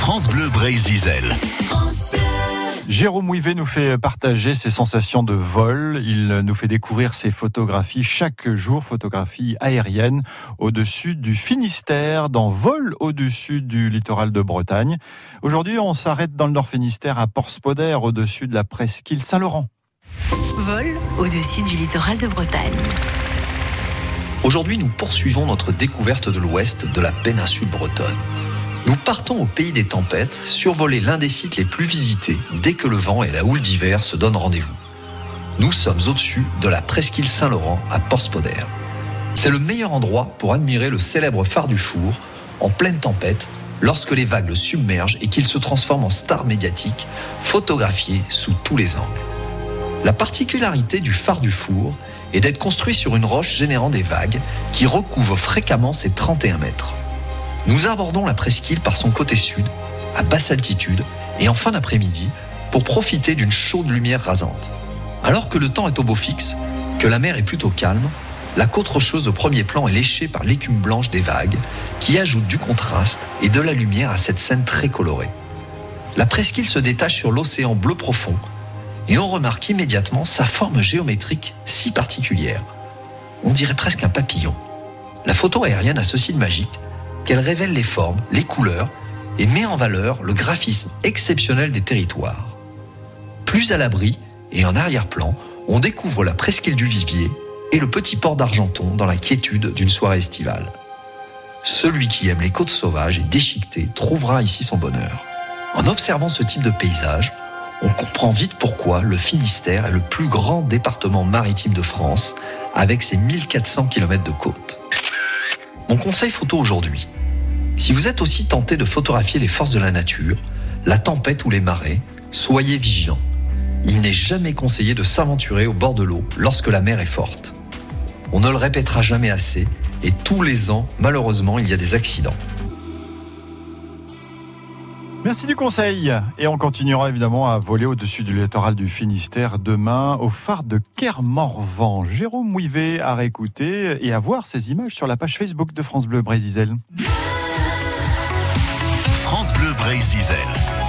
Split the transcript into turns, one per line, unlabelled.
France Bleu Brésil.
Jérôme Ouivet nous fait partager ses sensations de vol. Il nous fait découvrir ses photographies chaque jour, photographies aériennes au-dessus du Finistère, dans Vol au-dessus du littoral de Bretagne. Aujourd'hui, on s'arrête dans le Nord Finistère à Port-Spodère, au-dessus de la presqu'île Saint-Laurent.
Vol au-dessus du littoral de Bretagne.
Aujourd'hui, nous poursuivons notre découverte de l'ouest de la péninsule bretonne. Nous partons au pays des tempêtes, survoler l'un des sites les plus visités dès que le vent et la houle d'hiver se donnent rendez-vous. Nous sommes au-dessus de la presqu'île Saint-Laurent à Port-Spodère. C'est le meilleur endroit pour admirer le célèbre phare du Four en pleine tempête, lorsque les vagues le submergent et qu'il se transforme en star médiatique, photographié sous tous les angles. La particularité du phare du Four est d'être construit sur une roche générant des vagues qui recouvrent fréquemment ses 31 mètres. Nous abordons la presqu'île par son côté sud, à basse altitude, et en fin d'après-midi, pour profiter d'une chaude lumière rasante. Alors que le temps est au beau fixe, que la mer est plutôt calme, la côte rocheuse au premier plan est léchée par l'écume blanche des vagues, qui ajoute du contraste et de la lumière à cette scène très colorée. La presqu'île se détache sur l'océan bleu profond, et on remarque immédiatement sa forme géométrique si particulière. On dirait presque un papillon. La photo aérienne a ceci de magique, qu'elle révèle les formes, les couleurs et met en valeur le graphisme exceptionnel des territoires. Plus à l'abri et en arrière-plan, on découvre la presqu'île du Vivier et le petit port d'Argenton dans la quiétude d'une soirée estivale. Celui qui aime les côtes sauvages et déchiquetées trouvera ici son bonheur. En observant ce type de paysage, on comprend vite pourquoi le Finistère est le plus grand département maritime de France, avec ses 1400 km de côte. Mon conseil photo aujourd'hui: si vous êtes aussi tenté de photographier les forces de la nature, la tempête ou les marées, soyez vigilants. Il n'est jamais conseillé de s'aventurer au bord de l'eau lorsque la mer est forte. On ne le répétera jamais assez, et tous les ans, malheureusement, il y a des accidents.
Merci du conseil. Et on continuera évidemment à voler au-dessus du littoral du Finistère demain au phare de Kermorvan. Jérôme Ouivet à réécouter et à voir ces images sur la page Facebook de France Bleu Brésil.
France Bleu Brésil.